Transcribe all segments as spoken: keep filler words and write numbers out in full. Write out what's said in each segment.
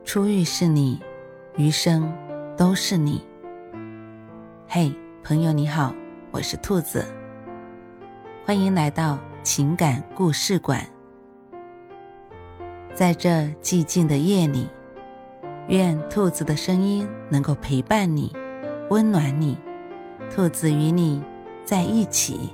初遇是你，余生都是你。嘿，朋友你好，我是兔子，欢迎来到情感故事馆。在这寂静的夜里，愿兔子的声音能够陪伴你，温暖你，兔子与你在一起。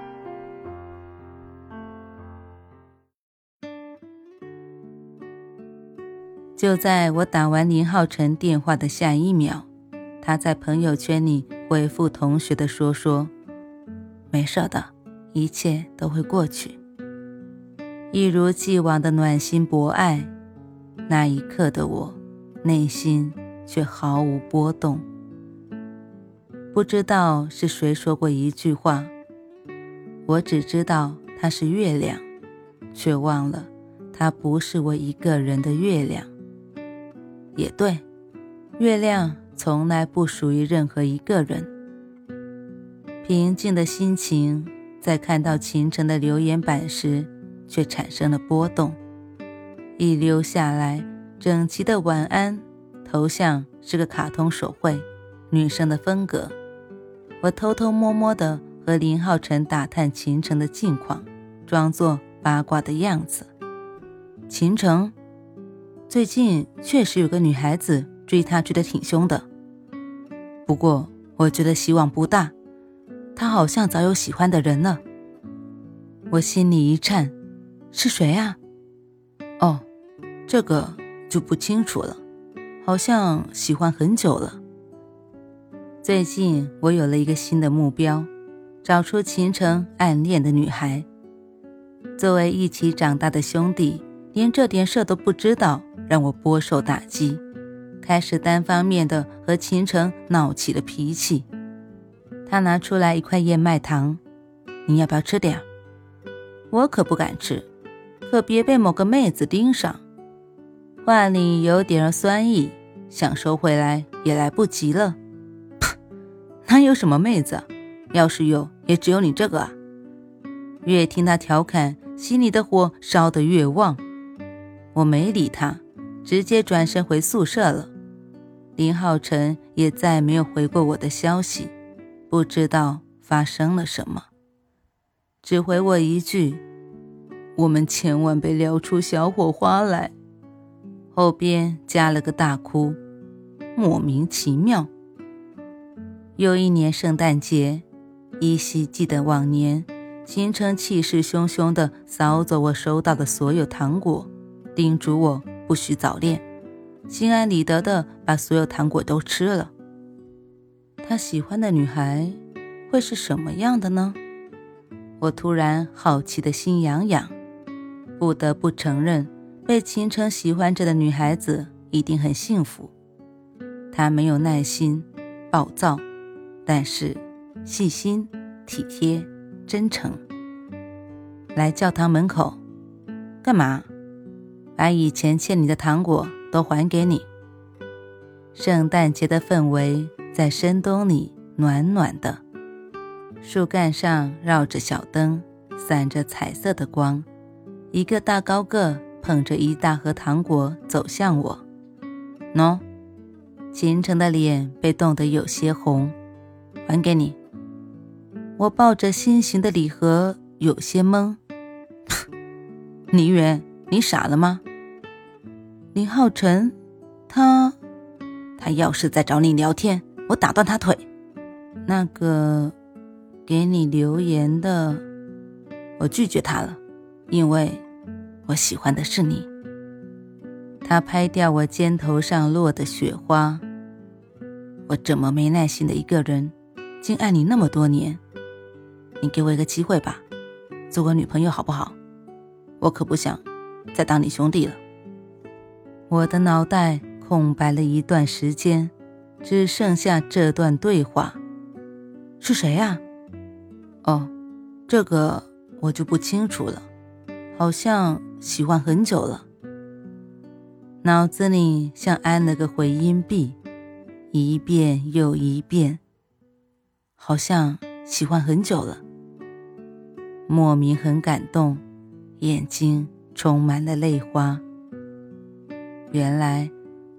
就在我打完林浩辰电话的下一秒，他在朋友圈里回复同学的说说，没事的，一切都会过去。一如既往的暖心博爱，那一刻的我内心却毫无波动。不知道是谁说过一句话，我只知道它是月亮，却忘了它不是我一个人的月亮。也对，月亮从来不属于任何一个人。平静的心情在看到秦晨的留言板时却产生了波动，一溜下来整齐的晚安，头像是个卡通手绘，女生的风格。我偷偷摸摸的和林浩辰打探秦晨的近况，装作八卦的样子。秦晨最近确实有个女孩子追他追得挺凶的，不过我觉得希望不大，他好像早有喜欢的人了。我心里一颤，是谁啊？哦，这个就不清楚了，好像喜欢很久了。最近我有了一个新的目标，找出秦晨暗恋的女孩。作为一起长大的兄弟，连这点事都不知道，让我颇受打击，开始单方面的和秦晨闹起了脾气。他拿出来一块燕麦糖，你要不要吃点？我可不敢吃，可别被某个妹子盯上。话里有点酸意，想收回来也来不及了。噗，哪有什么妹子，要是有也只有你这个啊。越听他调侃，心里的火烧得越旺。我没理他，直接转身回宿舍了。林浩辰也再没有回过我的消息，不知道发生了什么，只回我一句，我们千万别聊出小火花来。后边加了个大哭，莫名其妙。又一年圣诞节，依稀记得往年秦晨气势汹汹地扫走我收到的所有糖果，叮嘱我不许早恋，心安理得的把所有糖果都吃了。他喜欢的女孩会是什么样的呢？我突然好奇的心痒痒，不得不承认，被秦晨喜欢着的女孩子一定很幸福。她没有耐心，暴躁，但是细心、体贴、真诚。来教堂门口干嘛？把以前欠你的糖果都还给你。圣诞节的氛围在深冬里暖暖的，树干上绕着小灯，散着彩色的光。一个大高个捧着一大盒糖果走向我。喏，秦晨的脸被冻得有些红，还给你。我抱着心形的礼盒有些懵。倪远，你傻了吗？林浩辰，他他要是再找你聊天，我打断他腿。那个给你留言的，我拒绝他了，因为我喜欢的是你。他拍掉我肩头上落的雪花。我这么没耐心的一个人，竟爱你那么多年，你给我一个机会吧，做我女朋友好不好？我可不想再当你兄弟了。我的脑袋空白了一段时间，只剩下这段对话。是谁啊？哦，这个我就不清楚了，好像喜欢很久了。脑子里像安了个回音壁，一遍又一遍，好像喜欢很久了。莫名很感动，眼睛充满了泪花。原来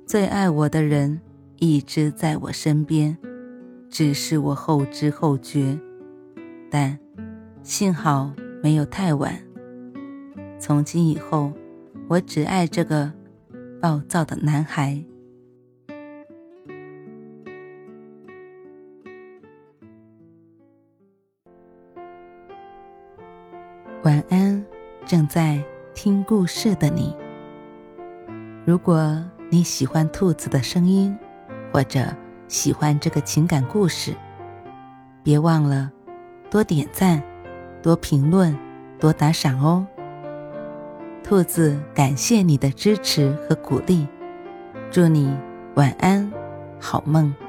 最爱我的人一直在我身边，只是我后知后觉，但幸好没有太晚。从今以后，我只爱这个暴躁的男孩。晚安，正在听故事的你。如果你喜欢兔子的声音，或者喜欢这个情感故事，别忘了多点赞、多评论、多打赏哦。兔子感谢你的支持和鼓励，祝你晚安，好梦。